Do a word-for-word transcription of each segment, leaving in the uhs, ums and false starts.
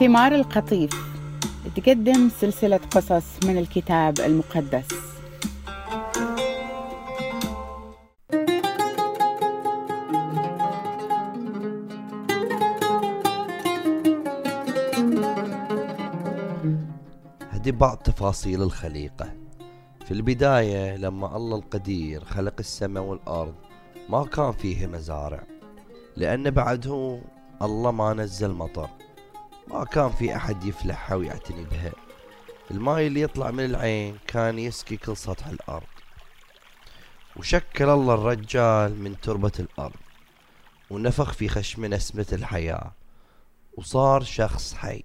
ثمار القطيف تقدم سلسلة قصص من الكتاب المقدس. هذه بعض تفاصيل الخليقة. في البداية لما الله القدير خلق السماء والأرض ما كان فيه مزارع، لأن بعده الله ما نزل مطر، ما كان في أحد يفلحها ويعتني بها. الماء اللي يطلع من العين كان يسقي كل سطح الأرض. وشكل الله الرجال من تربة الأرض ونفخ في خشمه نسمة الحياة وصار شخص حي.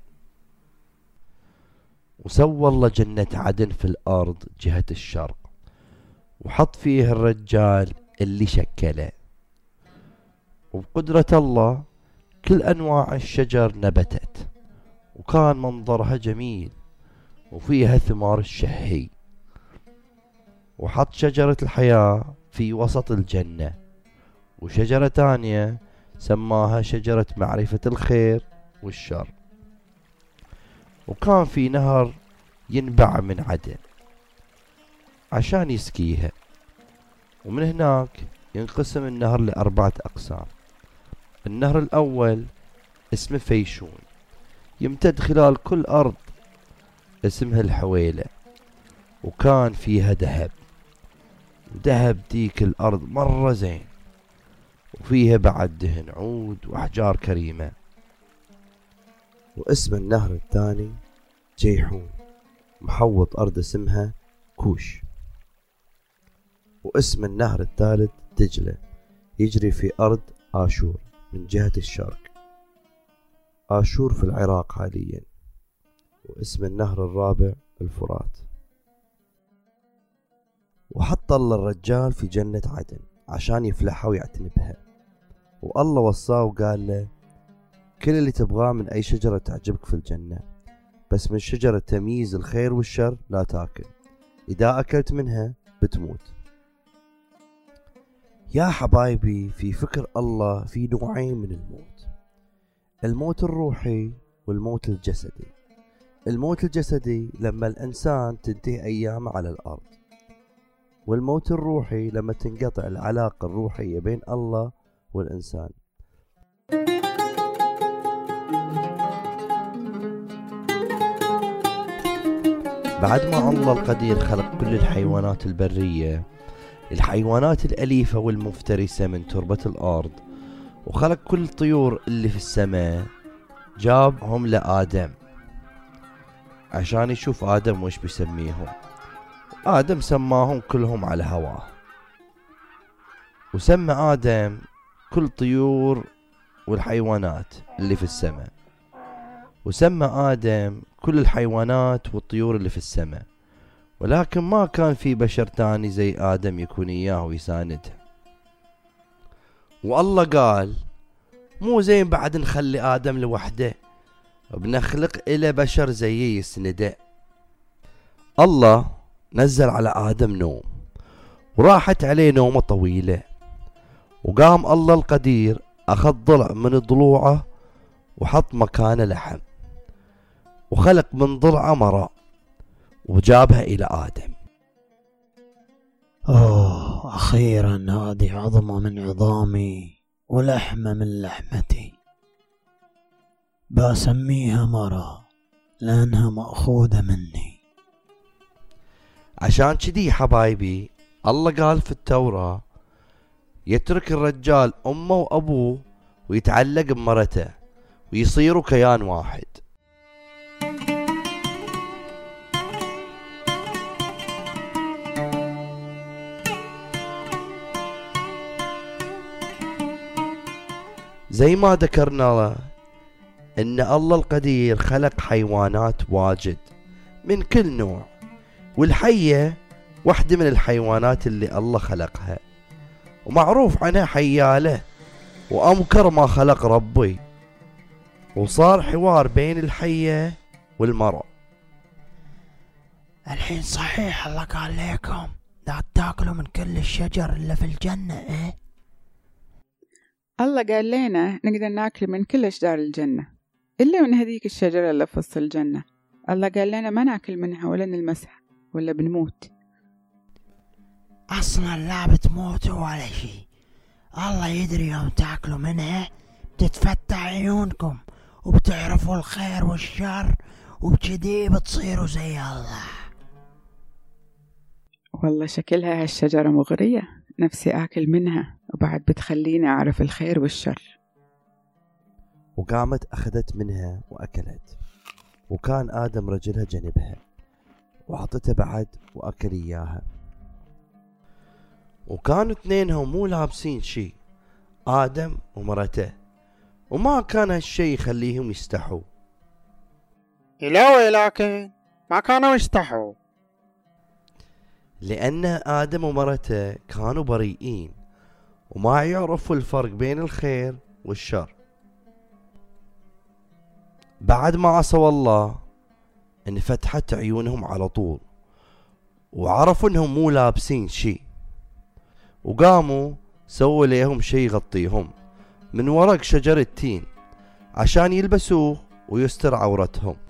وسوى الله جنة عدن في الأرض جهة الشرق وحط فيه الرجال اللي شكله. وبقدرة الله كل أنواع الشجر نبتت وكان منظرها جميل وفيها ثمار الشهي. وحط شجرة الحياة في وسط الجنة، وشجرة تانية سماها شجرة معرفة الخير والشر. وكان في نهر ينبع من عدن عشان يسقيها. ومن هناك ينقسم النهر لأربعة أقسام. النهر الأول اسمه فيشون، يمتد خلال كل أرض اسمها الحويلة، وكان فيها ذهب. ذهب ديك الأرض مرة زين، وفيها بعد دهن عود وأحجار كريمة. واسم النهر الثاني جيحون، محوط أرض اسمها كوش. واسم النهر الثالث دجلة، يجري في أرض آشور من جهة الشرق. آشور في العراق حاليا. واسم النهر الرابع الفرات. وحط الله الرجال في جنة عدن عشان يفلحها ويعتني بها. والله وصاه وقال له كل اللي تبغاه من أي شجرة تعجبك في الجنة، بس من شجرة تمييز الخير والشر لا تاكل، إذا أكلت منها بتموت. يا حبايبي، في فكر الله في نوعين من الموت: الموت الروحي والموت الجسدي. الموت الجسدي لما الإنسان تنتهي أيامه على الأرض، والموت الروحي لما تنقطع العلاقة الروحية بين الله والإنسان. بعد ما الله القدير خلق كل الحيوانات البرية، الحيوانات الأليفة والمفترسة من تربة الأرض، وخلق كل الطيور اللي في السماء، جابهم لآدم عشان يشوف آدم وش بيسميهم. آدم سماهم كلهم على هواه، وسمى آدم كل طيور والحيوانات اللي في السماء، وسمى آدم كل الحيوانات والطيور اللي في السماء. ولكن ما كان في بشر تاني زي آدم يكون إياه ويساندها. والله قال مو زين بعد نخلي آدم لوحده، بنخلق إلى بشر زيه يسنده. الله نزل على آدم نوم، وراحت عليه نومة طويلة. وقام الله القدير أخذ ضلع من ضلوعه وحط مكانه لحم، وخلق من ضلعه مرأة وجابها إلى آدم. أوه، أخيرا هذه عظمة من عظامي ولحمة من لحمتي. بسميها مرة لأنها مأخوذة مني. عشان كذي حبايبي الله قال في التوراة يترك الرجال أمه وأبوه ويتعلق بمرته ويصيروا كيان واحد. زي ما ذكرنا له ان الله القدير خلق حيوانات واجد من كل نوع، والحية واحدة من الحيوانات اللي الله خلقها، ومعروف عنها حيالة وأمكر ما خلق ربي. وصار حوار بين الحية والمرأة. الحين صحيح الله قال لكم لا تاكلوا من كل الشجر اللي في الجنة، ايه؟ الله قال لنا نقدر ناكل من كل أشجار الجنة، إلا من هذيك الشجرة اللي في وسط الجنة، الله قال لنا ما ناكل منها ولا نلمسها ولا بنموت. أصلا لا بتموتوا ولا شي، الله يدري يوم تاكلوا منها بتتفتح عيونكم وبتعرفوا الخير والشر، وبجدي بتصيروا زي الله. والله شكلها هالشجرة مغرية، نفسي آكل منها وبعد بتخليني أعرف الخير والشر. وقامت أخذت منها وأكلت، وكان آدم رجلها جنبها وعطته بعد وأكل إياها. وكانوا اثنينهم مو لابسين شي، آدم ومرته، وما كان هالشي يخليهم يستحوا. إلوي لكن ما كانوا يستحوا، لأن آدم ومرته كانوا بريئين وما يعرفوا الفرق بين الخير والشر. بعد ما عصوا الله انفتحت عيونهم على طول، وعرفوا انهم مو لابسين شي، وقاموا سووا ليهم شي يغطيهم من ورق شجر التين عشان يلبسوه ويستر عورتهم.